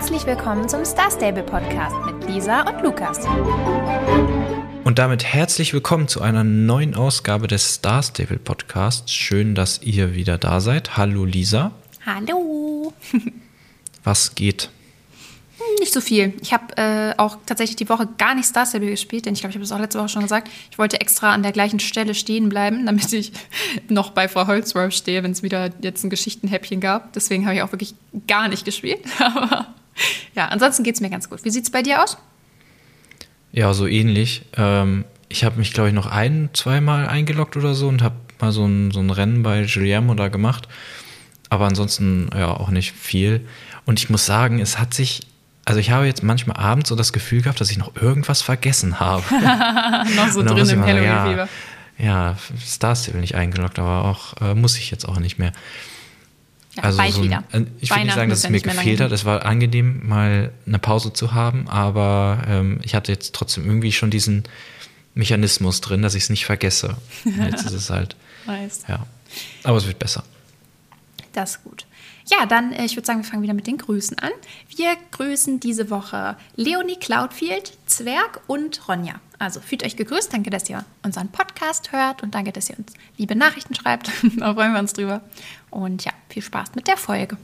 Herzlich willkommen zum Star Stable Podcast mit Lisa und Lukas. Und damit herzlich willkommen zu einer neuen Ausgabe des Star Stable Podcasts. Schön, dass ihr wieder da seid. Hallo Lisa. Hallo. Was geht? Nicht so viel. Ich habe auch tatsächlich die Woche gar nicht Star Stable gespielt, denn ich glaube, ich habe das auch letzte Woche schon gesagt. Ich wollte extra an der gleichen Stelle stehen bleiben, damit ich noch bei Frau Holzworth stehe, wenn es wieder jetzt ein Geschichtenhäppchen gab. Deswegen habe ich auch wirklich gar nicht gespielt. Aber ja, ansonsten geht es mir ganz gut. Wie sieht es bei dir aus? Ja, so ähnlich. Ich habe mich, glaube ich, noch zweimal eingeloggt oder so und habe mal so ein Rennen bei Guillermo da gemacht. Aber ansonsten ja auch nicht viel. Und ich muss sagen, es hat sich... Also ich habe jetzt manchmal abends so das Gefühl gehabt, dass ich noch irgendwas vergessen habe. Noch so drin im Halloween-Fieber. Ja, Star Stable nicht eingeloggt, aber auch muss ich jetzt auch nicht mehr. Ja, also bald wieder. Ich will nicht sagen, dass es mir gefehlt hat. Es war angenehm, mal eine Pause zu haben, aber ich hatte jetzt trotzdem irgendwie schon diesen Mechanismus drin, dass ich es nicht vergesse. Jetzt ist es halt, nice. Ja. Aber es wird besser. Das ist gut. Ja, dann, ich würde sagen, wir fangen wieder mit den Grüßen an. Wir grüßen diese Woche Leonie Cloudfield, Zwerg und Ronja. Also fühlt euch gegrüßt. Danke, dass ihr unseren Podcast hört und danke, dass ihr uns liebe Nachrichten schreibt. Da freuen wir uns drüber. Und ja, viel Spaß mit der Folge.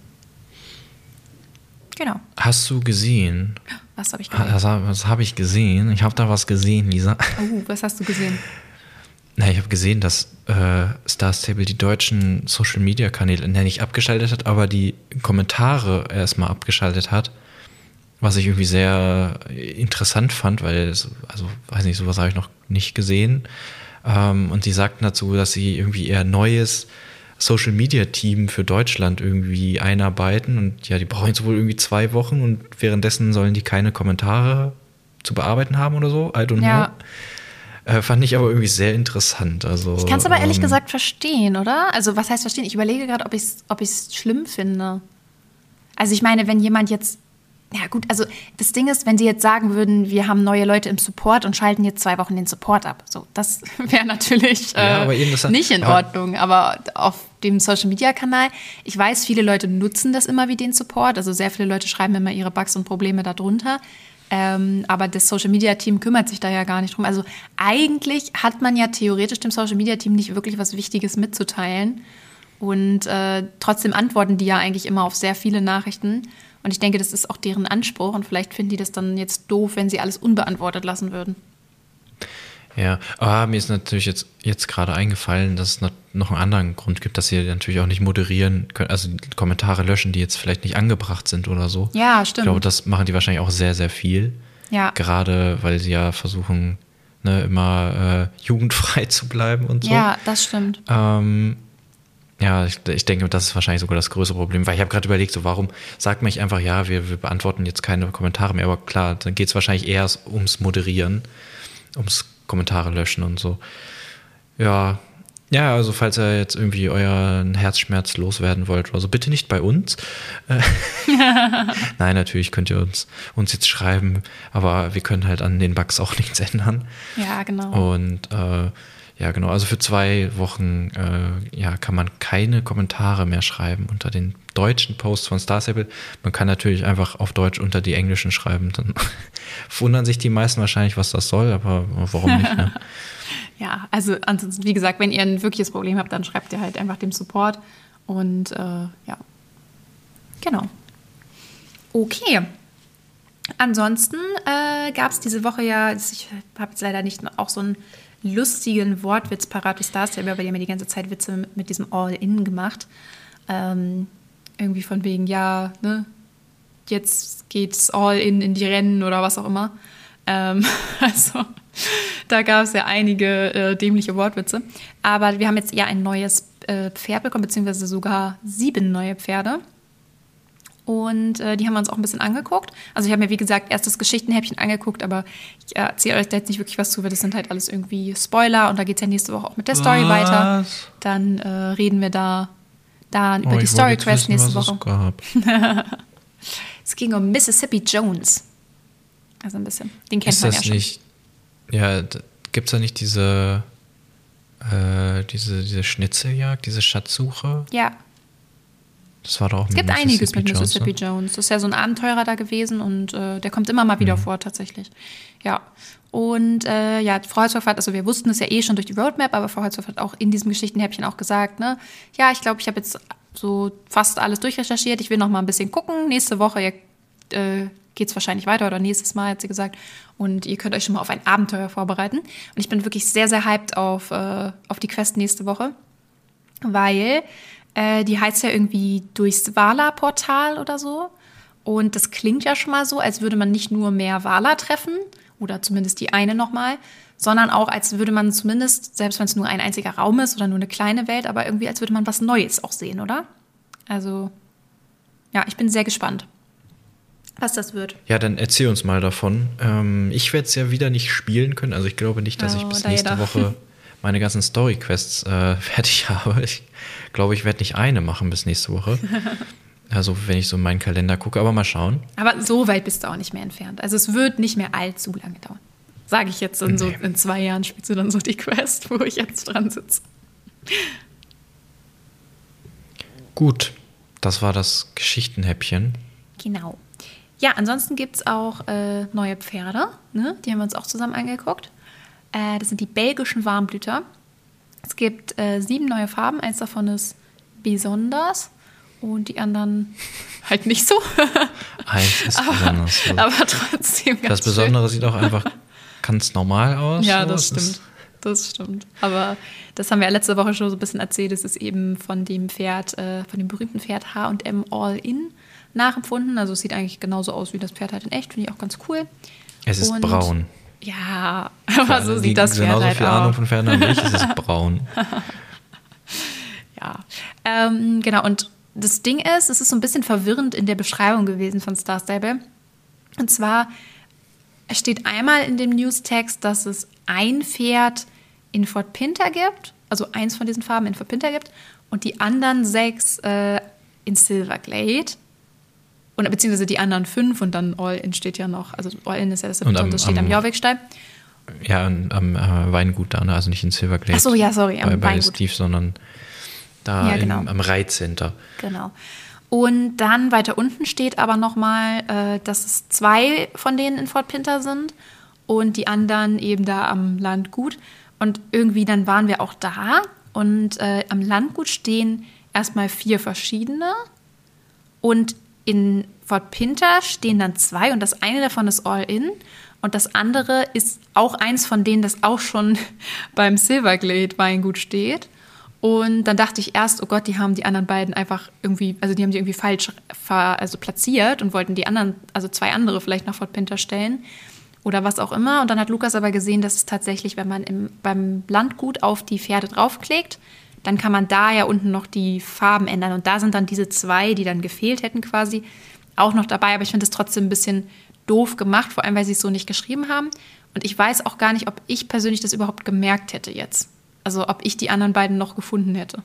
Genau. Hast du gesehen? Was habe ich gesehen? Was habe ich gesehen? Ich habe da was gesehen, Lisa. Was hast du gesehen? Na, ich habe gesehen, dass Star Stable die deutschen Social-Media-Kanäle nicht abgeschaltet hat, aber die Kommentare erstmal abgeschaltet hat, was ich irgendwie sehr interessant fand, weil, weiß nicht, sowas habe ich noch nicht gesehen. Und die sagten dazu, dass sie irgendwie ihr neues Social-Media-Team für Deutschland irgendwie einarbeiten und ja, die brauchen jetzt wohl irgendwie 2 Wochen und währenddessen sollen die keine Kommentare zu bearbeiten haben oder so, I don't know. Fand ich aber irgendwie sehr interessant. Also, ich kann es aber ehrlich gesagt verstehen, oder? Also was heißt verstehen? Ich überlege gerade, ob ich es schlimm finde. Also ich meine, wenn jemand jetzt, ja gut, also das Ding ist, wenn sie jetzt sagen würden, wir haben neue Leute im Support und schalten jetzt 2 Wochen den Support ab. So, das wäre natürlich nicht in Ordnung. Aber auf dem Social-Media-Kanal, ich weiß, viele Leute nutzen das immer wie den Support. Also sehr viele Leute schreiben immer ihre Bugs und Probleme darunter. Aber das Social-Media-Team kümmert sich da ja gar nicht drum. Also eigentlich hat man ja theoretisch dem Social-Media-Team nicht wirklich was Wichtiges mitzuteilen. Und trotzdem antworten die ja eigentlich immer auf sehr viele Nachrichten. Und ich denke, das ist auch deren Anspruch. Und vielleicht finden die das dann jetzt doof, wenn sie alles unbeantwortet lassen würden. Ja, aber mir ist natürlich jetzt gerade eingefallen, dass es noch einen anderen Grund gibt, dass sie natürlich auch nicht moderieren können, also Kommentare löschen, die jetzt vielleicht nicht angebracht sind oder so. Ja, stimmt. Ich glaube, das machen die wahrscheinlich auch sehr, sehr viel. Ja. Gerade, weil sie ja versuchen, immer jugendfrei zu bleiben und so. Ja, das stimmt. Ja, ich denke, das ist wahrscheinlich sogar das größte Problem, weil ich habe gerade überlegt, so warum sagt man nicht einfach, ja, wir beantworten jetzt keine Kommentare mehr, aber klar, dann geht es wahrscheinlich eher ums Moderieren, ums Kommentare löschen und so. Ja, also falls ihr jetzt irgendwie euren Herzschmerz loswerden wollt oder so, bitte nicht bei uns. Nein, natürlich könnt ihr uns jetzt schreiben, aber wir können halt an den Bugs auch nichts ändern. Ja, genau. Und ja, genau, also für 2 Wochen kann man keine Kommentare mehr schreiben unter den deutschen Posts von Star Stable. Man kann natürlich einfach auf Deutsch unter die englischen schreiben. Dann wundern sich die meisten wahrscheinlich, was das soll, aber warum nicht, ne? Ja, also ansonsten, wie gesagt, wenn ihr ein wirkliches Problem habt, dann schreibt ihr halt einfach dem Support. Und ja, genau. Okay. Ansonsten gab es diese Woche ja, ich habe jetzt leider nicht auch so einen lustigen Wortwitz parat wie Star Stable, aber die haben ja die ganze Zeit Witze mit diesem All-In gemacht. Irgendwie von wegen, ja, ne, jetzt geht's All-In in die Rennen oder was auch immer. Also da gab es ja einige dämliche Wortwitze. Aber wir haben jetzt eher ein neues Pferd bekommen, beziehungsweise sogar 7 neue Pferde. Und die haben wir uns auch ein bisschen angeguckt. Also ich habe mir, wie gesagt, erst das Geschichtenhäppchen angeguckt, aber ich erzähle euch da jetzt nicht wirklich was zu, weil das sind halt alles irgendwie Spoiler. Und da geht es ja nächste Woche auch mit der Story weiter. Dann reden wir da über die Story Quest nächste Woche. Es ging um Mississippi Jones. Also ein bisschen. Den kennt man ja schon. Nicht, ja, gibt es da nicht diese Schnitzeljagd, diese Schatzsuche? Ja. Das war doch auch Es gibt einiges mit Mississippi Jones. Das ist ja so ein Abenteurer da gewesen und der kommt immer mal wieder vor, tatsächlich. Ja. Und Frau Holzhoff hat, also wir wussten es ja eh schon durch die Roadmap, aber Frau Holzhoff hat auch in diesem Geschichtenhäppchen auch gesagt, ne, ja, ich glaube, ich habe jetzt so fast alles durchrecherchiert. Ich will noch mal ein bisschen gucken. Nächste Woche geht es wahrscheinlich weiter oder nächstes Mal, hat sie gesagt. Und ihr könnt euch schon mal auf ein Abenteuer vorbereiten. Und ich bin wirklich sehr, sehr hyped auf die Quest nächste Woche, weil die heißt ja irgendwie durchs Vala-Portal oder so. Und das klingt ja schon mal so, als würde man nicht nur mehr Vala treffen, oder zumindest die eine nochmal, sondern auch, als würde man zumindest, selbst wenn es nur ein einziger Raum ist oder nur eine kleine Welt, aber irgendwie, als würde man was Neues auch sehen, oder? Also, ja, ich bin sehr gespannt, was das wird. Ja, dann erzähl uns mal davon. Ich werde es ja wieder nicht spielen können. Also ich glaube nicht, dass ich bis nächste Woche meine ganzen Story-Quests fertig habe. Ich glaube, ich werde nicht eine machen bis nächste Woche. Also wenn ich so in meinen Kalender gucke, aber mal schauen. Aber so weit bist du auch nicht mehr entfernt. Also es wird nicht mehr allzu lange dauern. Sage ich jetzt, in 2 Jahren spielst du dann so die Quest, wo ich jetzt dran sitze. Gut, das war das Geschichtenhäppchen. Genau. Ja, ansonsten gibt es auch neue Pferde. Ne? Die haben wir uns auch zusammen angeguckt. Das sind die belgischen Warmblüter. Es gibt 7 neue Farben. Eins davon ist besonders. Und die anderen halt nicht so. Eins ist besonders. So. Aber trotzdem ganz das Besondere sieht auch einfach ganz normal aus. Ja, so. das stimmt. Das stimmt. Aber das haben wir ja letzte Woche schon so ein bisschen erzählt. Es ist eben von dem Pferd, von dem berühmten Pferd H&M All-In nachempfunden. Also es sieht eigentlich genauso aus wie das Pferd halt in echt. Finde ich auch ganz cool. Es ist braun. Ja, aber so sieht das Pferd halt auch. Genauso viel Ahnung von Pferden haben wie ich, es ist braun. Ja, genau. Und das Ding ist, es ist so ein bisschen verwirrend in der Beschreibung gewesen von Star Stable. Und zwar steht einmal in dem Newstext, dass es ein Pferd in Fort Pinter gibt, also eins von diesen Farben in Fort Pinter gibt, und die anderen 6 in Silverglade. Und beziehungsweise die anderen 5 und dann All-In steht ja noch. Also All-In ist ja das 7. und das steht am Jorvikstein. Ja, am Weingut da, also nicht in Silverglade. Ach so, ja, sorry, am bei Weingut. Steve, sondern da ja, genau. Am Reitcenter. Genau. Und dann weiter unten steht aber nochmal, dass es 2 von denen in Fort Pinter sind und die anderen eben da am Landgut. Und irgendwie dann waren wir auch da und am Landgut stehen erstmal 4 verschiedene und in Fort Pinter stehen dann 2 und das eine davon ist All-In und das andere ist auch eins von denen, das auch schon beim Silverglade Weingut steht. Und dann dachte ich erst, oh Gott, die haben die anderen beiden einfach irgendwie, also die haben die irgendwie falsch platziert und wollten die anderen, also 2 andere vielleicht nach Fort Pinter stellen oder was auch immer. Und dann hat Lukas aber gesehen, dass es tatsächlich, wenn man beim Landgut auf die Pferde draufklickt, dann kann man da ja unten noch die Farben ändern. Und da sind dann diese 2, die dann gefehlt hätten quasi, auch noch dabei. Aber ich finde es trotzdem ein bisschen doof gemacht, vor allem, weil sie es so nicht geschrieben haben. Und ich weiß auch gar nicht, ob ich persönlich das überhaupt gemerkt hätte jetzt. Also ob ich die anderen beiden noch gefunden hätte.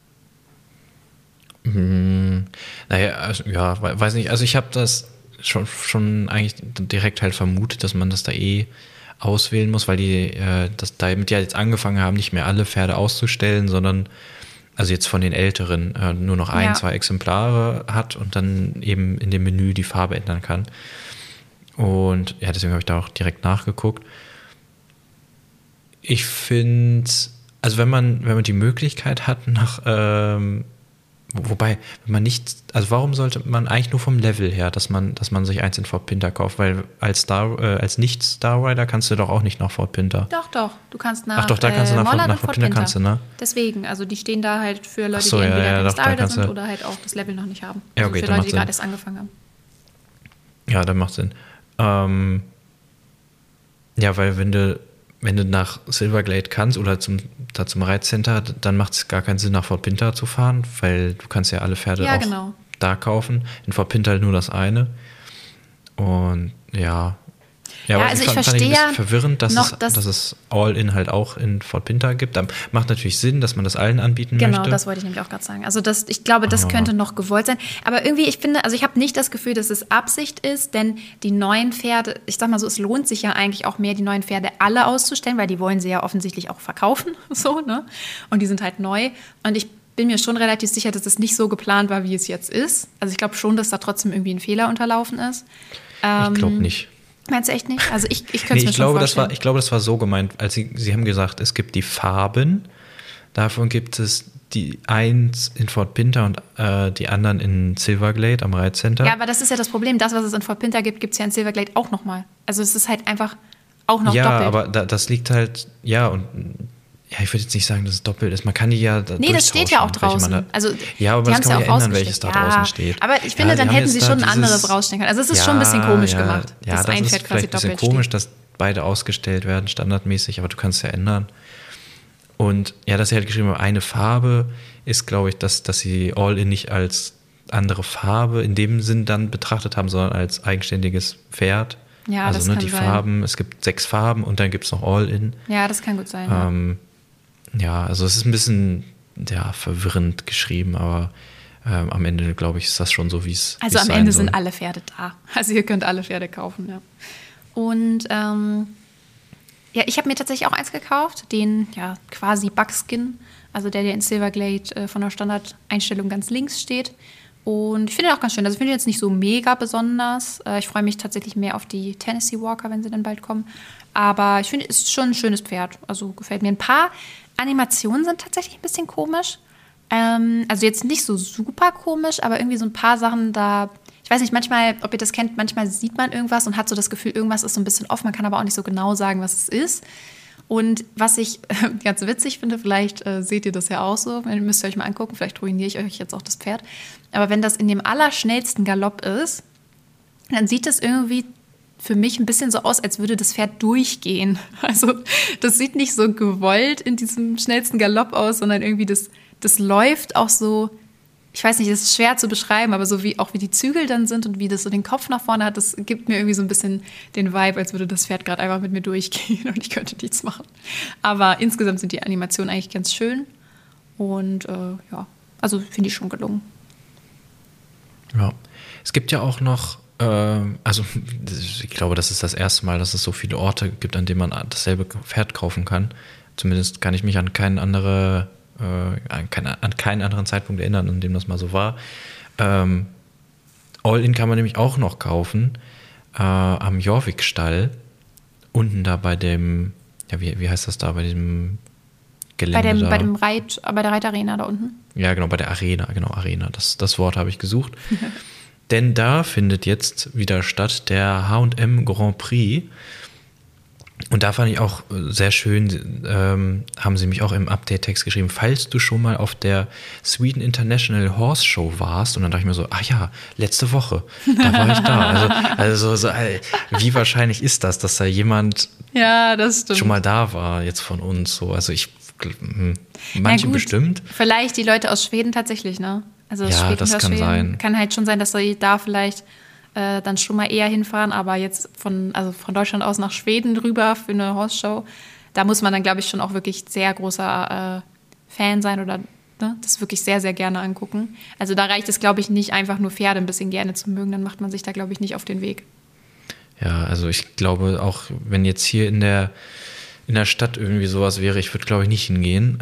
Naja, also, ja, weiß nicht. Also ich habe das schon eigentlich direkt halt vermutet, dass man das da auswählen muss, weil die damit ja jetzt angefangen haben, nicht mehr alle Pferde auszustellen, sondern also jetzt von den Älteren nur noch 1, 2 Exemplare hat und dann eben in dem Menü die Farbe ändern kann. Und ja, deswegen habe ich da auch direkt nachgeguckt. Ich finde, also wenn man die Möglichkeit hat, wobei, wenn man nicht, also warum sollte man eigentlich nur vom Level her, dass man sich eins in Fort Pinter kauft, weil als Nicht-Star Rider kannst du doch auch nicht nach Fort Pinter. Doch, du kannst nach da kannst du nach Fort Pinter kannst du, ne? Deswegen, also die stehen da halt für Leute, so, die entweder doch, Star Rider sind oder halt auch das Level noch nicht haben. Also ja, okay, für Leute, die gerade erst angefangen haben. Ja, das macht Sinn. Ja, weil wenn du nach Silverglade kannst oder zum Reitcenter, dann macht es gar keinen Sinn, nach Fort Pinter zu fahren, weil du kannst ja alle Pferde auch da kaufen. In Fort Pinter halt nur das eine. Und ja. Ja, aber also ich fand verstehe ein bisschen verwirrend, dass es All-In halt auch in Fort Pinter gibt. Da macht natürlich Sinn, dass man das allen anbieten möchte. Genau, das wollte ich nämlich auch gerade sagen. Also ich glaube, das könnte noch gewollt sein. Aber irgendwie, ich finde, also ich habe nicht das Gefühl, dass es Absicht ist, denn die neuen Pferde, ich sag mal so, es lohnt sich ja eigentlich auch mehr, die neuen Pferde alle auszustellen, weil die wollen sie ja offensichtlich auch verkaufen, so, ne? Und die sind halt neu. Und ich bin mir schon relativ sicher, dass es nicht so geplant war, wie es jetzt ist. Also ich glaube schon, dass da trotzdem irgendwie ein Fehler unterlaufen ist. Ich glaube nicht. Meinst du echt nicht? Also ich könnte es mir schon vorstellen. Ich glaube, das war so gemeint, als Sie haben gesagt, es gibt die Farben, davon gibt es die eins in Fort Pinter und die anderen in Silverglade am Reitcenter. Ja, aber das ist ja das Problem. Das, was es in Fort Pinter gibt, gibt es ja in Silverglade auch nochmal. Also es ist halt einfach auch noch doppelt. Ja, aber das liegt halt, ich würde jetzt nicht sagen, dass es doppelt ist. Man kann die ja Nee, das steht ja auch draußen. Also, ja, aber das kann man ja ändern, welches da draußen steht. Aber ich finde, dann hätten sie schon ein anderes rausstellen können. Also es ist schon ein bisschen komisch gemacht. Ja, das ist vielleicht ein bisschen komisch, dass beide ausgestellt werden, standardmäßig, aber du kannst es ja ändern. Und ja, dass sie halt geschrieben haben, eine Farbe ist, glaube ich, dass sie All-In nicht als andere Farbe in dem Sinn dann betrachtet haben, sondern als eigenständiges Pferd. Ja, also das kann die sein. Farben, es gibt 6 Farben und dann gibt es noch All-In. Ja, das kann gut sein. Ja, also es ist ein bisschen verwirrend geschrieben, aber am Ende, glaube ich, ist das schon so, wie es Also am Ende sind alle Pferde da. Also ihr könnt alle Pferde kaufen, ja. Und ich habe mir tatsächlich auch eins gekauft, den quasi Buckskin, also der in Silverglade von der Standardeinstellung ganz links steht. Und ich finde ihn auch ganz schön. Also ich finde ihn jetzt nicht so mega besonders. Ich freue mich tatsächlich mehr auf die Tennessee Walker, wenn sie dann bald kommen. Aber ich finde, es ist schon ein schönes Pferd. Also gefällt mir. Ein paar Animationen sind tatsächlich ein bisschen komisch. Also jetzt nicht so super komisch, aber irgendwie so ein paar Sachen da. Ich weiß nicht, manchmal, ob ihr das kennt, manchmal sieht man irgendwas und hat so das Gefühl, irgendwas ist so ein bisschen off. Man kann aber auch nicht so genau sagen, was es ist. Und was ich ganz witzig finde, vielleicht seht ihr das ja auch so, müsst ihr euch mal angucken, vielleicht ruiniere ich euch jetzt auch das Pferd. Aber wenn das in dem allerschnellsten Galopp ist, dann sieht das irgendwie für mich ein bisschen so aus, als würde das Pferd durchgehen. Also das sieht nicht so gewollt in diesem schnellsten Galopp aus, sondern irgendwie das läuft auch so, ich weiß nicht, das ist schwer zu beschreiben, aber so wie die Zügel dann sind und wie das so den Kopf nach vorne hat, das gibt mir irgendwie so ein bisschen den Vibe, als würde das Pferd gerade einfach mit mir durchgehen und ich könnte nichts machen. Aber insgesamt sind die Animationen eigentlich ganz schön und also finde ich schon gelungen. Ja, es gibt ja auch noch, also ich glaube, das ist das erste Mal, dass es so viele Orte gibt, an denen man dasselbe Pferd kaufen kann. Zumindest kann ich mich an keinen anderen Zeitpunkt erinnern, an dem das mal so war. All-In kann man nämlich auch noch kaufen am Jorvik-Stall. Unten da bei dem, wie heißt das da, bei diesem Gelände bei der Reitarena da unten. Ja, genau, bei der Arena. Das Wort habe ich gesucht. Denn da findet jetzt wieder statt der H&M Grand Prix. Und da fand ich auch sehr schön, haben sie mich auch im Update-Text geschrieben, falls du schon mal auf der Sweden International Horse Show warst. Und dann dachte ich mir so, letzte Woche, da war ich da. Also wie wahrscheinlich ist das, dass da jemand das stimmt. schon mal da war jetzt von uns? So, also manche bestimmt. Vielleicht die Leute aus Schweden tatsächlich, ne? Also ja, das kann Schweden sein. Kann halt schon sein, dass sie da vielleicht dann schon mal eher hinfahren, aber jetzt von Deutschland aus nach Schweden rüber für eine Horse-Show, da muss man dann, glaube ich, schon auch wirklich sehr großer Fan sein oder das wirklich sehr, sehr gerne angucken. Also da reicht es, glaube ich, nicht einfach nur Pferde ein bisschen gerne zu mögen, dann macht man sich da, glaube ich, nicht auf den Weg. Ja, also ich glaube auch, wenn jetzt hier in der Stadt irgendwie sowas wäre, ich würde, glaube ich, nicht hingehen.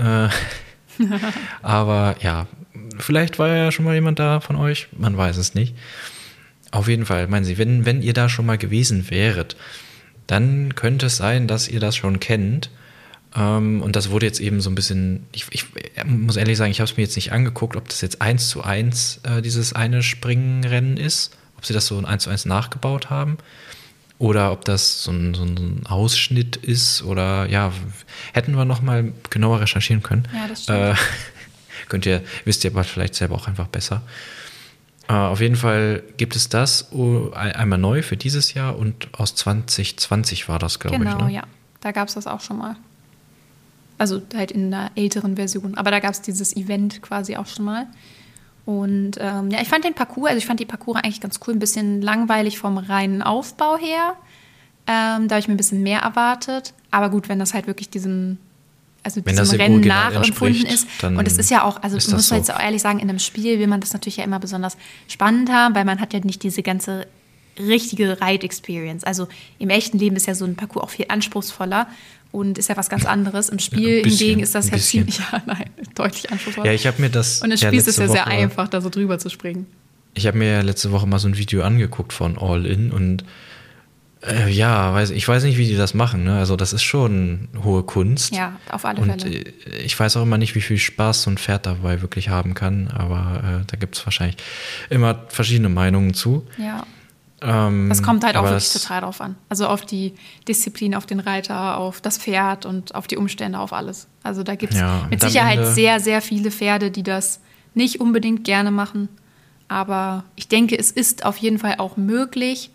Aber ja, vielleicht war ja schon mal jemand da von euch, man weiß es nicht. Auf jeden Fall, meinen Sie, wenn ihr da schon mal gewesen wäret, dann könnte es sein, dass ihr das schon kennt. Und das wurde jetzt eben so ein bisschen, ich muss ehrlich sagen, ich habe es mir jetzt nicht angeguckt, ob das jetzt 1:1 dieses eine Springrennen ist, ob sie das so 1:1 nachgebaut haben oder ob das so ein Ausschnitt ist oder hätten wir noch mal genauer recherchieren können. Ja, das stimmt. Wisst ihr aber vielleicht selber auch einfach besser. Auf jeden Fall gibt es das einmal neu für dieses Jahr und aus 2020 war das, glaube ich. Genau, ja. Da gab es das auch schon mal. Also halt in einer älteren Version. Aber da gab es dieses Event quasi auch schon mal. Und ich fand die Parcours eigentlich ganz cool. Ein bisschen langweilig vom reinen Aufbau her. Da habe ich mir ein bisschen mehr erwartet. Aber gut, wenn das halt wirklich diesem Rennen nachempfunden ist. Und es ist ja auch, also man muss jetzt auch ehrlich sagen, in einem Spiel will man das natürlich ja immer besonders spannend haben, weil man hat ja nicht diese ganze richtige Ride-Experience. Also im echten Leben ist ja so ein Parcours auch viel anspruchsvoller. und ist ja was ganz anderes. Im Spiel hingegen ist das ja ziemlich, deutlich anspruchsvoller. Ja, ich habe mir das. Und im Spiel ist es ja sehr einfach, da so drüber zu springen. Ich habe mir ja letzte Woche mal so ein Video angeguckt von All In und ich weiß nicht, wie die das machen. Ne? Also das ist schon hohe Kunst. Ja, auf alle Fälle. Und ich weiß auch immer nicht, wie viel Spaß so ein Pferd dabei wirklich haben kann, aber da gibt es wahrscheinlich immer verschiedene Meinungen zu. Ja. Das kommt halt auch wirklich total drauf an. Also auf die Disziplin, auf den Reiter, auf das Pferd und auf die Umstände, auf alles. Also da gibt es mit Sicherheit sehr, sehr viele Pferde, die das nicht unbedingt gerne machen. Aber ich denke, es ist auf jeden Fall auch möglich,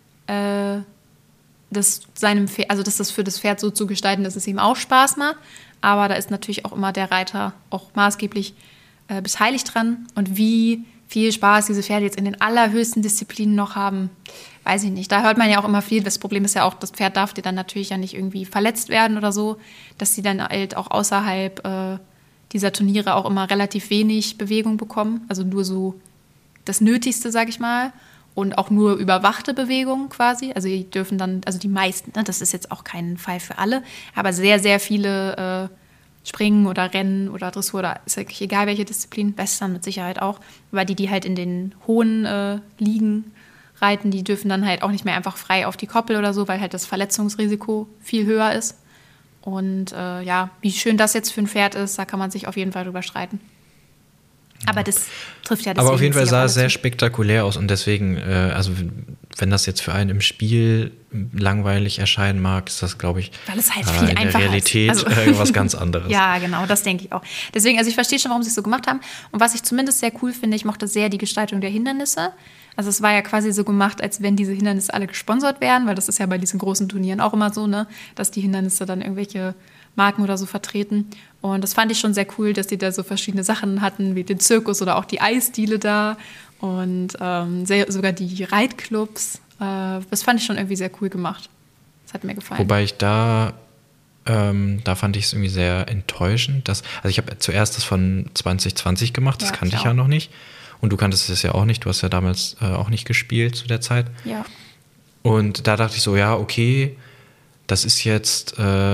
das für das Pferd so zu gestalten, dass es ihm auch Spaß macht. Aber da ist natürlich auch immer der Reiter auch maßgeblich beteiligt dran. Und wie viel Spaß diese Pferde jetzt in den allerhöchsten Disziplinen noch haben, weiß ich nicht. Da hört man ja auch immer viel. Das Problem ist ja auch, das Pferd darf dir dann natürlich ja nicht irgendwie verletzt werden oder so, dass sie dann halt auch außerhalb dieser Turniere auch immer relativ wenig Bewegung bekommen. Also nur so das Nötigste, sag ich mal. Und auch nur überwachte Bewegungen quasi. Also die dürfen dann, also die meisten, ne, das ist jetzt auch kein Fall für alle, aber sehr, sehr viele Springen oder Rennen oder Dressur, oder ist eigentlich egal welche Disziplin, Western mit Sicherheit auch, weil die halt in den hohen Ligen reiten, die dürfen dann halt auch nicht mehr einfach frei auf die Koppel oder so, weil halt das Verletzungsrisiko viel höher ist. Und wie schön das jetzt für ein Pferd ist, da kann man sich auf jeden Fall drüber streiten. Aber das trifft ja das. Aber auf jeden Fall sah es sehr spektakulär aus und deswegen, also wenn das jetzt für einen im Spiel langweilig erscheinen mag, ist das, glaube ich, weil es halt viel in einfacher der Realität ist. Also, was ganz anderes. Ja, genau, das denke ich auch. Deswegen, also ich verstehe schon, warum sie es so gemacht haben. Und was ich zumindest sehr cool finde, ich mochte sehr die Gestaltung der Hindernisse. Also es war ja quasi so gemacht, als wenn diese Hindernisse alle gesponsert wären, weil das ist ja bei diesen großen Turnieren auch immer so, ne, dass die Hindernisse dann irgendwelche Marken oder so vertreten. Und das fand ich schon sehr cool, dass die da so verschiedene Sachen hatten, wie den Zirkus oder auch die Eisdiele da und sogar die Reitclubs. Das fand ich schon irgendwie sehr cool gemacht. Das hat mir gefallen. Wobei ich da fand ich es irgendwie sehr enttäuschend. Also ich habe zuerst das von 2020 gemacht, das kannte ich ja noch nicht. Und du kanntest es ja auch nicht, du hast ja damals auch nicht gespielt zu der Zeit. Ja. Und da dachte ich so, ja, okay, das ist jetzt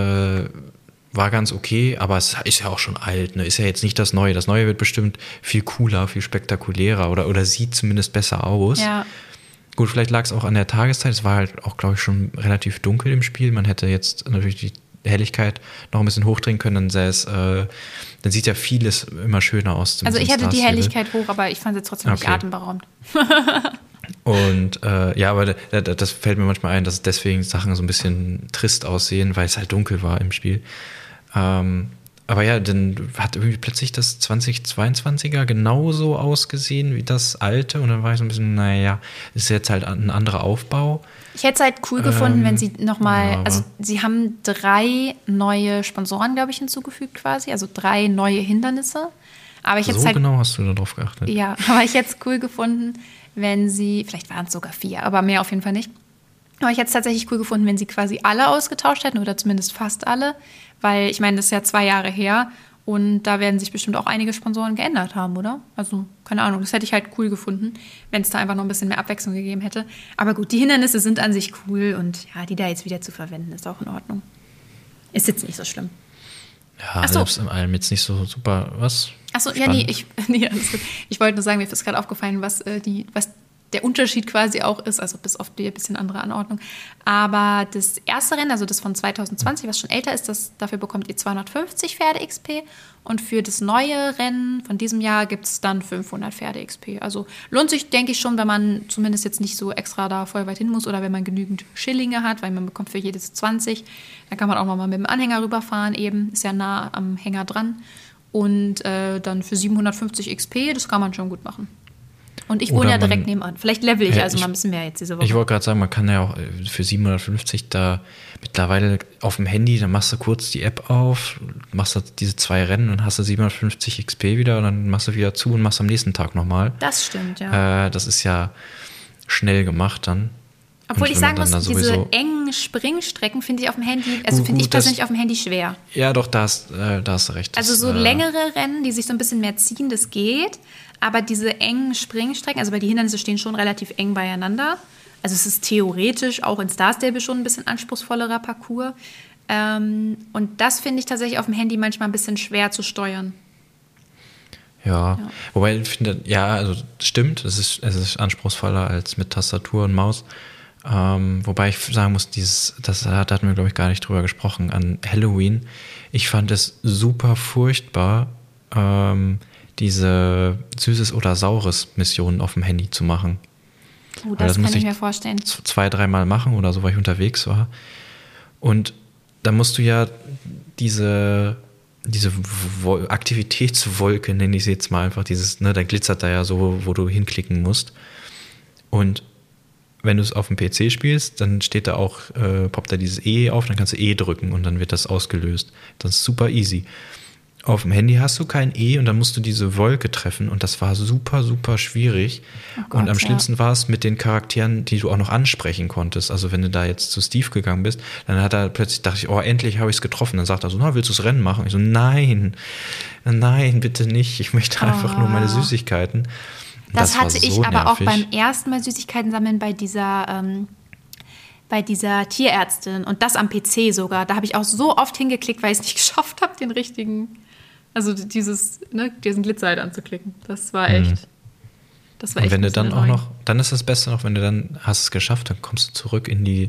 war ganz okay, aber es ist ja auch schon alt, ne? Ist ja jetzt nicht das Neue. Das Neue wird bestimmt viel cooler, viel spektakulärer oder sieht zumindest besser aus. Ja. Gut, vielleicht lag es auch an der Tageszeit. Es war halt auch, glaube ich, schon relativ dunkel im Spiel. Man hätte jetzt natürlich die Helligkeit noch ein bisschen hochdrehen können, dann sieht ja vieles immer schöner aus. Also ich hatte die Helligkeit hoch, aber ich fand es trotzdem nicht atemberaubend. Und aber das fällt mir manchmal ein, dass deswegen Sachen so ein bisschen trist aussehen, weil es halt dunkel war im Spiel. Aber ja, dann hat irgendwie plötzlich das 2022er genauso ausgesehen wie das alte und dann war ich so ein bisschen, ist jetzt halt ein anderer Aufbau. Ich hätte es halt cool gefunden, wenn sie nochmal, also sie haben 3 neue Sponsoren, glaube ich, hinzugefügt quasi, also 3 neue Hindernisse. Aber ich so genau hast du da drauf geachtet. Ja, aber ich hätte es cool gefunden, wenn sie, vielleicht waren es sogar 4, aber mehr auf jeden Fall nicht. Aber ich hätte es tatsächlich cool gefunden, wenn sie quasi alle ausgetauscht hätten oder zumindest fast alle, weil ich meine, das ist ja 2 Jahre her und da werden sich bestimmt auch einige Sponsoren geändert haben, oder? Also, keine Ahnung, das hätte ich halt cool gefunden, wenn es da einfach noch ein bisschen mehr Abwechslung gegeben hätte. Aber gut, die Hindernisse sind an sich cool und ja, die da jetzt wieder zu verwenden, ist auch in Ordnung. Ist jetzt nicht so schlimm. Ja, selbst im Allem jetzt nicht so super, was? Achso, ja, alles gut. Ich wollte nur sagen, mir ist gerade aufgefallen, was der Unterschied quasi auch ist, also bis auf die ein bisschen andere Anordnung. Aber das erste Rennen, also das von 2020, was schon älter ist, dafür bekommt ihr 250 Pferde XP und für das neue Rennen von diesem Jahr gibt es dann 500 Pferde XP. Also lohnt sich, denke ich schon, wenn man zumindest jetzt nicht so extra da voll weit hin muss oder wenn man genügend Schillinge hat, weil man bekommt für jedes 20. Dann kann man auch nochmal mit dem Anhänger rüberfahren eben, ist ja nah am Hänger dran. Und dann für 750 XP, das kann man schon gut machen. Und ich wohne ja direkt nebenan. Vielleicht level ich also mal ein bisschen mehr jetzt diese Woche. Ich wollte gerade sagen, man kann ja auch für 750 da mittlerweile auf dem Handy, dann machst du kurz die App auf, machst du diese 2 Rennen und hast du 750 XP wieder und dann machst du wieder zu und machst am nächsten Tag nochmal. Das stimmt, ja. Das ist ja schnell gemacht dann. Obwohl ich sagen muss, diese engen Springstrecken finde ich auf dem Handy, finde ich persönlich auf dem Handy schwer. Ja, doch, da hast du recht. Also so längere Rennen, die sich so ein bisschen mehr ziehen, das geht. Aber diese engen Springstrecken, also weil die Hindernisse stehen schon relativ eng beieinander. Also es ist theoretisch auch in Star Stable schon ein bisschen anspruchsvollerer Parcours. Und das finde ich tatsächlich auf dem Handy manchmal ein bisschen schwer zu steuern. Ja, wobei ich finde, ja, also stimmt, es ist anspruchsvoller als mit Tastatur und Maus. Wobei ich sagen muss, da hatten wir, glaube ich, gar nicht drüber gesprochen, an Halloween. Ich fand es super furchtbar, diese Süßes oder Saures Missionen auf dem Handy zu machen. Das kann ich mir vorstellen. 2-3 Mal machen oder so, weil ich unterwegs war. Und da musst du ja diese Aktivitätswolke, nenne ich sie jetzt mal einfach, da glitzert da ja so, wo du hinklicken musst. Und wenn du es auf dem PC spielst, dann steht da auch, poppt da dieses E auf, dann kannst du E drücken und dann wird das ausgelöst. Das ist super easy. Auf dem Handy hast du kein E und dann musst du diese Wolke treffen und das war super, super schwierig. Oh Gott, und am schlimmsten war es mit den Charakteren, die du auch noch ansprechen konntest. Also wenn du da jetzt zu Steve gegangen bist, dann dachte ich, oh, endlich habe ich es getroffen. Dann sagt er so, willst du das Rennen machen? Ich so, nein, bitte nicht. Ich möchte einfach nur meine Süßigkeiten. Das hatte ich aber nervig. Auch beim ersten Mal Süßigkeiten sammeln bei dieser Tierärztin und das am PC sogar. Da habe ich auch so oft hingeklickt, weil ich es nicht geschafft habe, den richtigen, also diesen Glitzer halt anzuklicken. Das war echt. Und wenn du dann auch noch, dann ist das Beste noch, wenn du dann hast es geschafft, dann kommst du zurück in die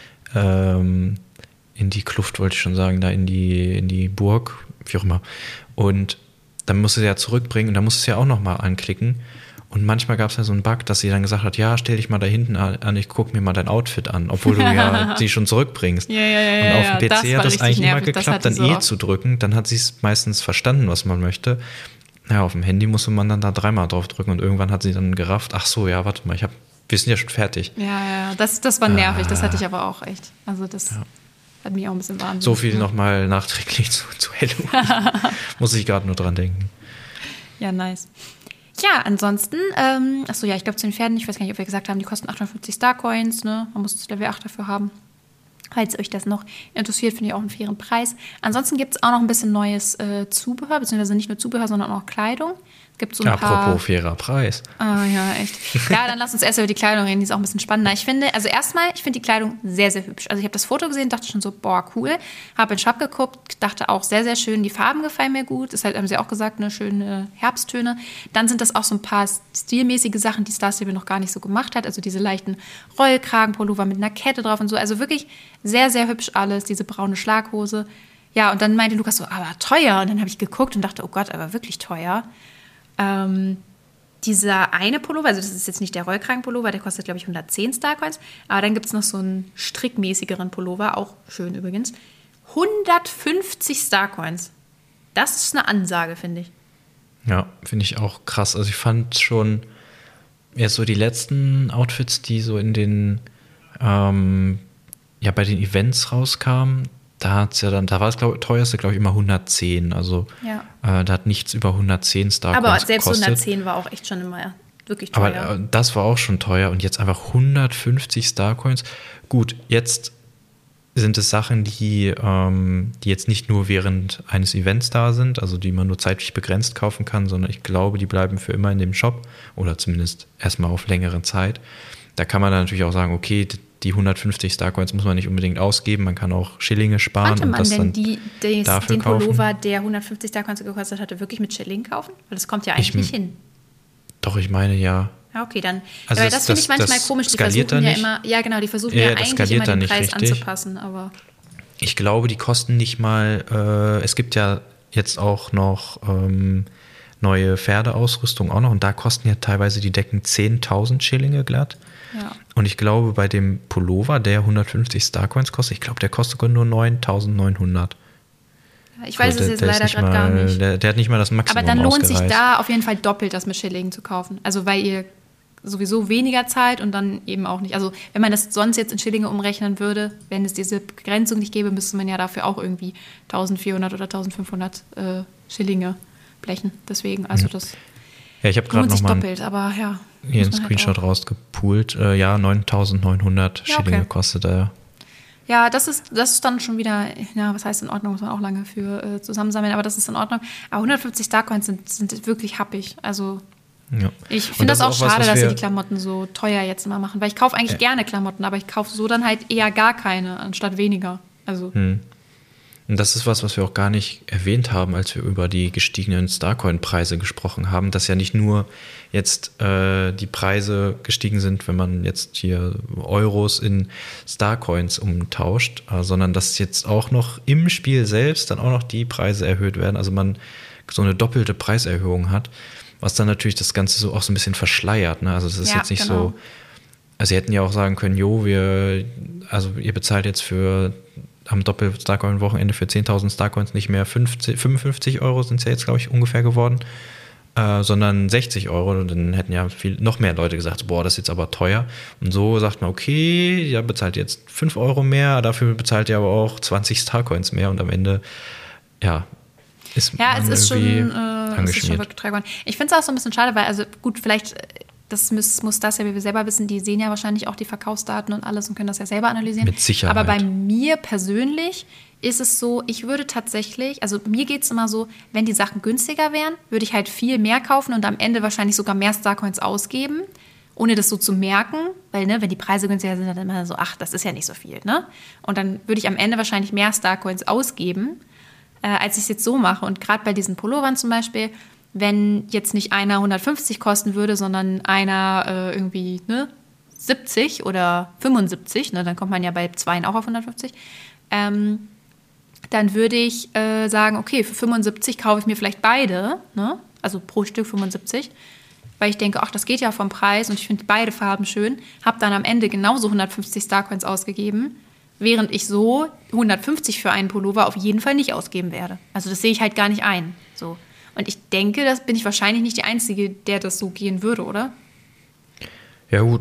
Kluft, wollte ich schon sagen, da in die Burg, wie auch immer. Und dann musst du sie ja zurückbringen und dann musst du es ja auch nochmal anklicken. Und manchmal gab es ja so einen Bug, dass sie dann gesagt hat, ja, stell dich mal da hinten an, ich gucke mir mal dein Outfit an, obwohl du ja sie schon zurückbringst. Ja, und auf dem PC hat das eigentlich immer geklappt, dann so zu drücken, dann hat sie es meistens verstanden, was man möchte. Ja, auf dem Handy musste man dann da 3-mal drauf drücken und irgendwann hat sie dann gerafft, ach so, ja, warte mal, wir sind ja schon fertig. Ja, das war nervig, das hatte ich aber auch echt. Also das hat mich auch ein bisschen wahnsinnig. So viel nochmal nachträglich zu Halloween. Muss ich gerade nur dran denken. Ja, nice. Ja, ansonsten, ich glaube zu den Pferden, ich weiß gar nicht, ob wir gesagt haben, die kosten 850 Starcoins, ne? Man muss das Level 8 dafür haben. Falls euch das noch interessiert, finde ich auch einen fairen Preis. Ansonsten gibt es auch noch ein bisschen neues Zubehör, beziehungsweise nicht nur Zubehör, sondern auch Kleidung. Gibt so ein paar. Apropos fairer Preis. Ah, ja, echt. Ja, dann lass uns erst über die Kleidung reden, die ist auch ein bisschen spannender. Ich finde die Kleidung sehr, sehr hübsch. Also ich habe das Foto gesehen, dachte schon so, boah, cool. Habe in den Shop geguckt, dachte auch sehr, sehr schön. Die Farben gefallen mir gut. Ist halt, haben sie auch gesagt, eine schöne Herbsttöne. Dann sind das auch so ein paar stilmäßige Sachen, die Star Stable noch gar nicht so gemacht hat. Also diese leichten Rollkragenpullover mit einer Kette drauf und so. Also wirklich sehr, sehr hübsch alles. Diese braune Schlaghose. Ja, und dann meinte Lukas so, aber teuer. Und dann habe ich geguckt und dachte, oh Gott, aber wirklich teuer. Dieser eine Pullover, also das ist jetzt nicht der Rollkragenpullover, der kostet, glaube ich, 110 Starcoins. Aber dann gibt es noch so einen strickmäßigeren Pullover, auch schön übrigens. 150 Starcoins. Das ist eine Ansage, finde ich. Ja, finde ich auch krass. Also ich fand schon erst so die letzten Outfits, die so in den bei den Events rauskamen, da war es teuerste, glaube ich, immer 110. Also da hat nichts über 110 Starcoins gekostet. Aber selbst 110 war auch echt schon immer wirklich teuer. Aber das war auch schon teuer und jetzt einfach 150 Starcoins. Gut, jetzt sind es Sachen, die jetzt nicht nur während eines Events da sind, also die man nur zeitlich begrenzt kaufen kann, sondern ich glaube, die bleiben für immer in dem Shop oder zumindest erstmal auf längere Zeit. Da kann man dann natürlich auch sagen, okay, die 150 Starcoins muss man nicht unbedingt ausgeben, man kann auch Schillinge sparen. Konnte man und das denn dann dafür den kaufen. Pullover, der 150 Starcoins gekostet hatte, wirklich mit Schilling kaufen? Weil das kommt ja eigentlich nicht hin. Doch, ich meine ja. Ja, okay, dann. Also weil das finde ich manchmal komisch. Die versuchen ja immer, die versuchen ja eigentlich immer den Preis anzupassen. Aber ich glaube, die kosten nicht mal, es gibt ja jetzt auch noch neue Pferdeausrüstung auch noch und da kosten ja teilweise die Decken 10.000 Schillinge glatt. Ja. Und ich glaube, bei dem Pullover, der 150 Starcoins kostet, ich glaube, der kostet sogar nur 9.900. Ich weiß es jetzt leider gerade gar nicht. Der hat nicht mal das Maximum Aber dann lohnt ausgereicht. sich da auf jeden Fall doppelt das mit Schillingen zu kaufen. Also weil ihr sowieso weniger zahlt und dann eben auch nicht. Also wenn man das sonst jetzt in Schillinge umrechnen würde, wenn es diese Begrenzung nicht gäbe, müsste man ja dafür auch irgendwie 1.400 oder 1.500 Schillinge blechen. Deswegen, also das ich habe gerade noch mal doppelt, aber ja. Hier einen Screenshot rausgepoolt. 9.900 Schillinge kostet er. Ja, das ist dann schon wieder, was heißt in Ordnung, muss man auch lange für zusammensammeln, aber das ist in Ordnung. Aber 150 Starcoins sind wirklich happig. Also ich finde das auch schade, dass sie die Klamotten so teuer jetzt immer machen, weil ich kaufe eigentlich gerne Klamotten, aber ich kaufe so dann halt eher gar keine, anstatt weniger. Also Und das ist was wir auch gar nicht erwähnt haben, als wir über die gestiegenen Starcoin-Preise gesprochen haben, dass ja nicht nur jetzt die Preise gestiegen sind, wenn man jetzt hier Euros in Starcoins umtauscht, sondern dass jetzt auch noch im Spiel selbst dann auch noch die Preise erhöht werden. Also man so eine doppelte Preiserhöhung hat, was dann natürlich das Ganze so auch so ein bisschen verschleiert. Ne? Also es ist jetzt nicht so, also sie hätten ja auch sagen können, ihr bezahlt jetzt für am Doppel-Starcoin-Wochenende für 10.000 Starcoins nicht mehr 55 Euro sind es ja jetzt, glaube ich, ungefähr geworden, sondern 60 Euro. Und dann hätten ja noch mehr Leute gesagt, boah, das ist jetzt aber teuer. Und so sagt man, okay, ja, bezahlt jetzt 5 Euro mehr, dafür bezahlt ihr aber auch 20 Starcoins mehr. Und am Ende, es ist schon wirklich teuer geworden. Ich finde es auch so ein bisschen schade, weil, also gut, vielleicht... Das muss das ja, wie wir selber wissen, die sehen ja wahrscheinlich auch die Verkaufsdaten und alles und können das ja selber analysieren. Mit Sicherheit. Aber bei mir persönlich ist es so, ich würde tatsächlich, also mir geht es immer so, wenn die Sachen günstiger wären, würde ich halt viel mehr kaufen und am Ende wahrscheinlich sogar mehr Starcoins ausgeben, ohne das so zu merken, weil wenn die Preise günstiger sind, dann immer so, ach, das ist ja nicht so viel, ne? Und dann würde ich am Ende wahrscheinlich mehr Starcoins ausgeben, als ich es jetzt so mache. Und gerade bei diesen Pullovern zum Beispiel, wenn jetzt nicht einer 150 kosten würde, sondern einer 70 oder 75, ne, dann kommt man ja bei 2 auch auf 150, dann würde ich sagen, okay, für 75 kaufe ich mir vielleicht beide, ne? Also pro Stück 75, weil ich denke, ach, das geht ja vom Preis und ich finde beide Farben schön, habe dann am Ende genauso 150 Starcoins ausgegeben, während ich so 150 für einen Pullover auf jeden Fall nicht ausgeben werde. Also das sehe ich halt gar nicht ein, so. Und ich denke, das bin ich wahrscheinlich nicht die Einzige, der das so gehen würde, oder? Ja gut,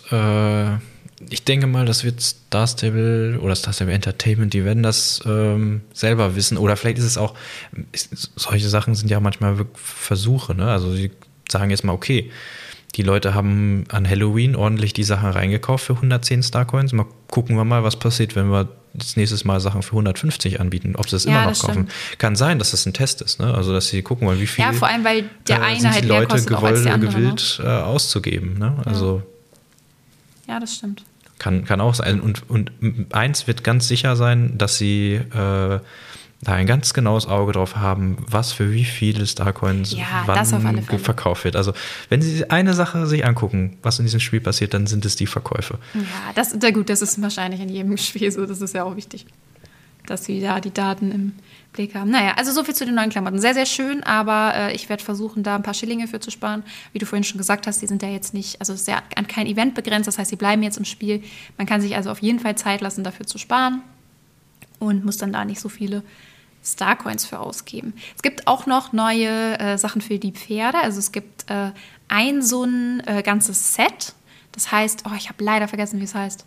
ich denke mal, das wird Star Stable oder Star Stable Entertainment, die werden das selber wissen. Oder vielleicht ist es auch, solche Sachen sind ja manchmal wirklich Versuche, ne? Also sie sagen jetzt mal, okay, die Leute haben an Halloween ordentlich die Sachen reingekauft für 110 Starcoins. Mal gucken wir mal, was passiert, wenn wir das nächste Mal Sachen für 150 anbieten, ob sie es immer noch kaufen. Kann sein, dass das ein Test ist, ne? Also dass sie gucken wollen, wie viel vor allem, weil der eine halt die mehr Leute kostet auch als der andere, gewillt auszugeben. Ne? Also ja, das stimmt. Kann auch sein. Und eins wird ganz sicher sein, dass sie da ein ganz genaues Auge drauf haben, was für wie viele Starcoins wann verkauft wird. Also wenn Sie eine Sache sich angucken, was in diesem Spiel passiert, dann sind es die Verkäufe. Ja, das ist wahrscheinlich in jedem Spiel so. Das ist ja auch wichtig, dass Sie da die Daten im Blick haben. Naja, also so viel zu den neuen Klamotten. Sehr, sehr schön, aber ich werde versuchen, da ein paar Schillinge für zu sparen. Wie du vorhin schon gesagt hast, die sind ja jetzt nicht, also es ist ja an kein Event begrenzt, das heißt, sie bleiben jetzt im Spiel. Man kann sich also auf jeden Fall Zeit lassen, dafür zu sparen und muss dann da nicht so viele Starcoins für ausgeben. Es gibt auch noch neue Sachen für die Pferde. Also es gibt so ein ganzes Set. Das heißt, ich habe leider vergessen, wie es heißt.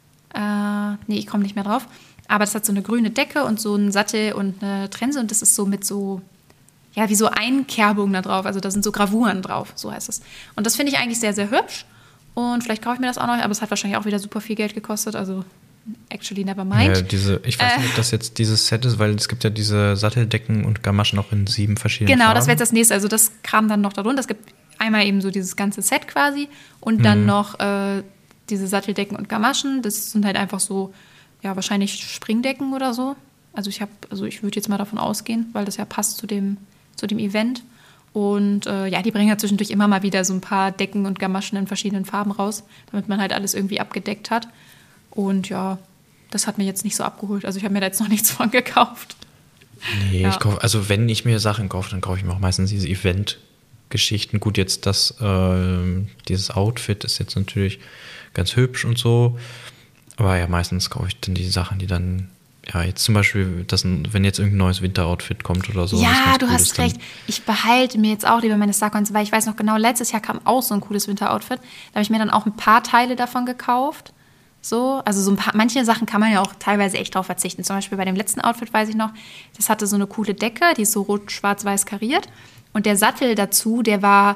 Ich komme nicht mehr drauf. Aber das hat so eine grüne Decke und so einen Sattel und eine Trense. Und das ist so mit so, ja, wie so Einkerbungen da drauf. Also da sind so Gravuren drauf, so heißt es. Und das finde ich eigentlich sehr, sehr hübsch. Und vielleicht kaufe ich mir das auch noch. Aber es hat wahrscheinlich auch wieder super viel Geld gekostet. Also actually never mind. Ja, ich weiß nicht, ob das jetzt dieses Set ist, weil es gibt ja diese Satteldecken und Gamaschen auch in 7 verschiedenen Farben. Das wäre jetzt das nächste. Also das kam dann noch darunter. Es gibt einmal eben so dieses ganze Set quasi und dann noch diese Satteldecken und Gamaschen. Das sind halt einfach so, ja, wahrscheinlich Springdecken oder so. Also ich würde jetzt mal davon ausgehen, weil das ja passt zu dem Event. Und die bringen ja zwischendurch immer mal wieder so ein paar Decken und Gamaschen in verschiedenen Farben raus, damit man halt alles irgendwie abgedeckt hat. Und ja, das hat mir jetzt nicht so abgeholt. Also ich habe mir da jetzt noch nichts von gekauft. Nee, ich kaufe, also wenn ich mir Sachen kaufe, dann kaufe ich mir auch meistens diese Event-Geschichten. Gut, jetzt dieses Outfit ist jetzt natürlich ganz hübsch und so. Aber ja, meistens kaufe ich dann die Sachen, die dann, ja, jetzt zum Beispiel, wenn jetzt irgendein neues Winteroutfit kommt oder so. Ja, du hast recht. Ich behalte mir jetzt auch lieber meine Starcoins, weil ich weiß noch genau, letztes Jahr kam auch so ein cooles Winteroutfit. Da habe ich mir dann auch ein paar Teile davon gekauft. So, also so manche Sachen kann man ja auch teilweise echt drauf verzichten. Zum Beispiel bei dem letzten Outfit weiß ich noch, das hatte so eine coole Decke, die ist so rot, schwarz, weiß kariert. Und der Sattel dazu, der war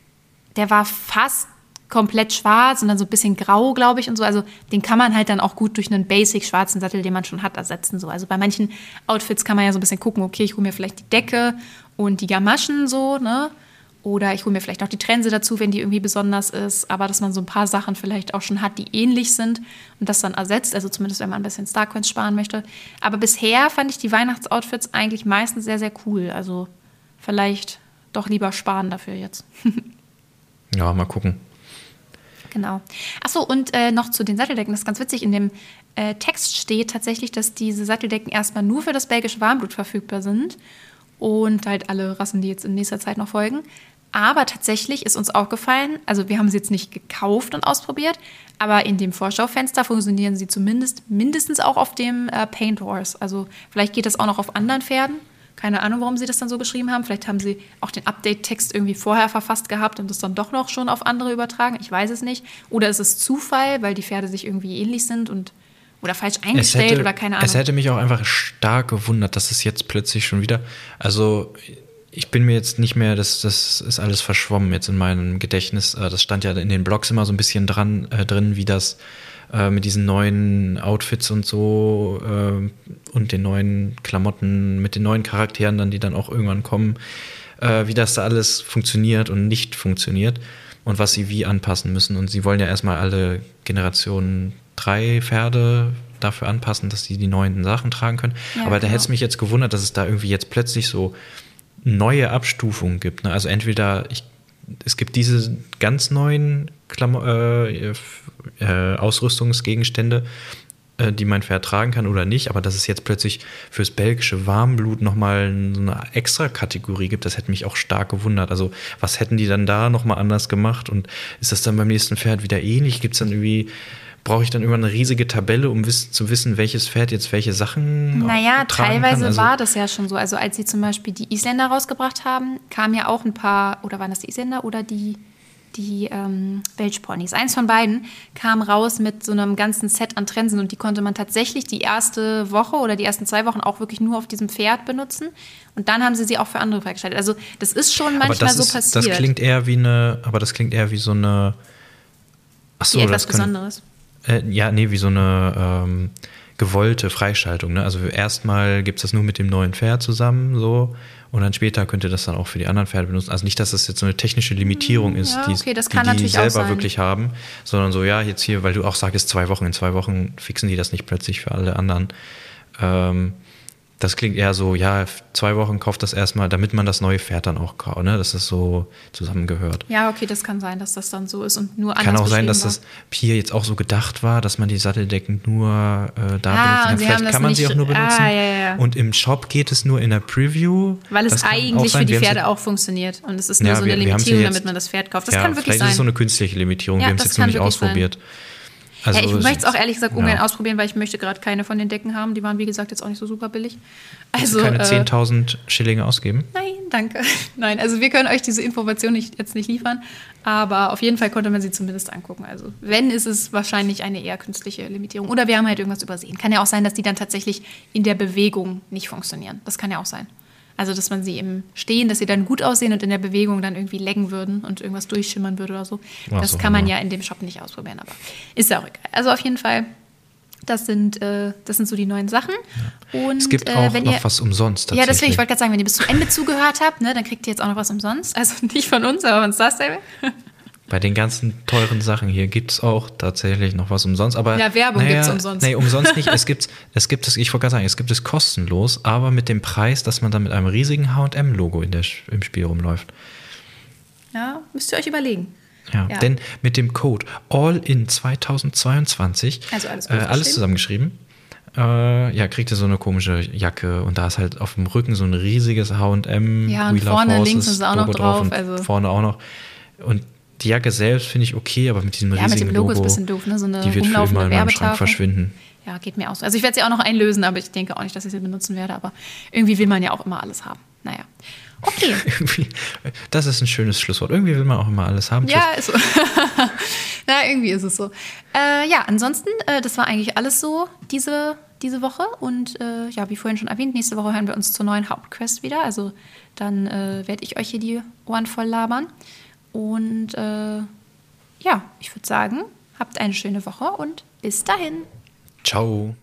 fast komplett schwarz und dann so ein bisschen grau, glaube ich, und so. Also den kann man halt dann auch gut durch einen basic schwarzen Sattel, den man schon hat, ersetzen. So. Also bei manchen Outfits kann man ja so ein bisschen gucken, okay, ich hole mir vielleicht die Decke und die Gamaschen so, ne? Oder ich hole mir vielleicht noch die Trense dazu, wenn die irgendwie besonders ist. Aber dass man so ein paar Sachen vielleicht auch schon hat, die ähnlich sind und das dann ersetzt. Also zumindest, wenn man ein bisschen Starcoins sparen möchte. Aber bisher fand ich die Weihnachtsoutfits eigentlich meistens sehr, sehr cool. Also vielleicht doch lieber sparen dafür jetzt. Ja, mal gucken. Genau. Achso, und noch zu den Satteldecken. Das ist ganz witzig. In dem Text steht tatsächlich, dass diese Satteldecken erstmal nur für das belgische Warmblut verfügbar sind. Und halt alle Rassen, die jetzt in nächster Zeit noch folgen. Aber tatsächlich ist uns aufgefallen, also wir haben sie jetzt nicht gekauft und ausprobiert, aber in dem Vorschaufenster funktionieren sie mindestens auch auf dem Paint Horse. Also vielleicht geht das auch noch auf anderen Pferden. Keine Ahnung, warum sie das dann so geschrieben haben. Vielleicht haben sie auch den Update-Text irgendwie vorher verfasst gehabt und das dann doch noch schon auf andere übertragen. Ich weiß es nicht. Oder ist es Zufall, weil die Pferde sich irgendwie ähnlich sind oder falsch eingestellt oder keine Ahnung. Es hätte mich auch einfach stark gewundert, dass es jetzt plötzlich schon wieder, also ich bin mir jetzt nicht mehr, das ist alles verschwommen jetzt in meinem Gedächtnis. Das stand ja in den Blogs immer so ein bisschen drin, wie das mit diesen neuen Outfits und so und den neuen Klamotten, mit den neuen Charakteren dann, die dann auch irgendwann kommen, wie das da alles funktioniert und nicht funktioniert und was sie wie anpassen müssen. Und sie wollen ja erstmal alle Generationen 3 Pferde dafür anpassen, dass die neuen Sachen tragen können. Ja, aber da hätte es mich jetzt gewundert, dass es da irgendwie jetzt plötzlich so neue Abstufungen gibt. Ne? Also entweder es gibt diese ganz neuen Ausrüstungsgegenstände, die mein Pferd tragen kann oder nicht, aber dass es jetzt plötzlich fürs belgische Warmblut nochmal so eine extra Kategorie gibt, das hätte mich auch stark gewundert. Also was hätten die dann da nochmal anders gemacht und ist das dann beim nächsten Pferd wieder ähnlich? Gibt es dann irgendwie, brauche ich dann immer eine riesige Tabelle, um zu wissen, welches Pferd jetzt welche Sachen naja, tragen teilweise kann? Also, war das ja schon so. Also als sie zum Beispiel die Isländer rausgebracht haben, kamen ja auch ein paar, oder waren das die Isländer oder die Welschponys? Eins von beiden kam raus mit so einem ganzen Set an Trensen und die konnte man tatsächlich die erste Woche oder die ersten 2 Wochen auch wirklich nur auf diesem Pferd benutzen. Und dann haben sie auch für andere freigeschaltet. Also das ist schon manchmal so passiert. Das klingt eher wie so eine Achso, wie etwas Besonderes. Wie so eine gewollte Freischaltung. Ne? Also erstmal gibt es das nur mit dem neuen Pferd zusammen so und dann später könnt ihr das dann auch für die anderen Pferde benutzen. Also nicht, dass das jetzt so eine technische Limitierung ist, die selber wirklich haben, sondern so, ja, jetzt hier, weil du auch sagst, 2 Wochen, in 2 Wochen fixen die das nicht plötzlich für alle anderen. Das klingt eher so, ja, 2 Wochen kauft das erstmal, damit man das neue Pferd dann auch kauft, ne? Dass das so zusammengehört. Ja, okay, das kann sein, dass das dann so ist und nur anders kann auch sein, dass war. Das hier jetzt auch so gedacht war, dass man die Satteldecken nur benutzen kann. Vielleicht kann man sie auch nur benutzen. Ja. Und im Shop geht es nur in der Preview. Weil es eigentlich für die Pferde auch funktioniert. Und es ist nur so eine Limitierung, damit man das Pferd kauft. Das kann wirklich sein. Vielleicht ist es so eine künstliche Limitierung. Wir haben es jetzt noch nicht ausprobiert. Also, ich möchte es auch ehrlich gesagt ungern ausprobieren, weil ich möchte gerade keine von den Decken haben. Die waren, wie gesagt, jetzt auch nicht so super billig. Also keine 10.000 Schillinge ausgeben? Nein, danke. Nein, also wir können euch diese Information jetzt nicht liefern, aber auf jeden Fall konnte man sie zumindest angucken. Also wenn, ist es wahrscheinlich eine eher künstliche Limitierung. Oder wir haben halt irgendwas übersehen. Kann ja auch sein, dass die dann tatsächlich in der Bewegung nicht funktionieren. Das kann ja auch sein. Also, dass man sie im Stehen, dass sie dann gut aussehen und in der Bewegung dann irgendwie laggen würden und irgendwas durchschimmern würde oder so. Das kann man ja in dem Shop nicht ausprobieren, aber ist ja auch egal. Also auf jeden Fall, das sind so die neuen Sachen. Ja. Und, es gibt auch noch was umsonst tatsächlich. Ja, deswegen, ich wollte gerade sagen, wenn ihr bis zum Ende zugehört habt, ne, dann kriegt ihr jetzt auch noch was umsonst. Also nicht von uns, aber von Star Stable. Bei den ganzen teuren Sachen hier gibt es auch tatsächlich noch was umsonst. Aber, ja, Werbung gibt es umsonst. Nee, umsonst nicht. Ich wollte gerade sagen, es gibt es kostenlos, aber mit dem Preis, dass man dann mit einem riesigen H&M-Logo im Spiel rumläuft. Ja, müsst ihr euch überlegen. Ja, denn mit dem Code ALLIN2022, also alles zusammengeschrieben, kriegt ihr so eine komische Jacke und da ist halt auf dem Rücken so ein riesiges H&M. Ja, und vorne links ist auch noch drauf. Und vorne auch noch. Und die Jacke selbst finde ich okay, aber mit diesem riesigen mit dem Logo ist ein Logo, bisschen doof, ne? So eine die wird für immer in meinem Schrank verschwinden. Ja, geht mir auch so. Also ich werde sie auch noch einlösen, aber ich denke auch nicht, dass ich sie benutzen werde. Aber irgendwie will man ja auch immer alles haben. Naja, okay. Das ist ein schönes Schlusswort. Irgendwie will man auch immer alles haben. Ja, ist so. Na, irgendwie ist es so. Ansonsten, das war eigentlich alles so diese Woche. Und wie vorhin schon erwähnt, nächste Woche hören wir uns zur neuen Hauptquest wieder. Also dann werde ich euch hier die Ohren voll labern. Und ich würde sagen, habt eine schöne Woche und bis dahin. Ciao.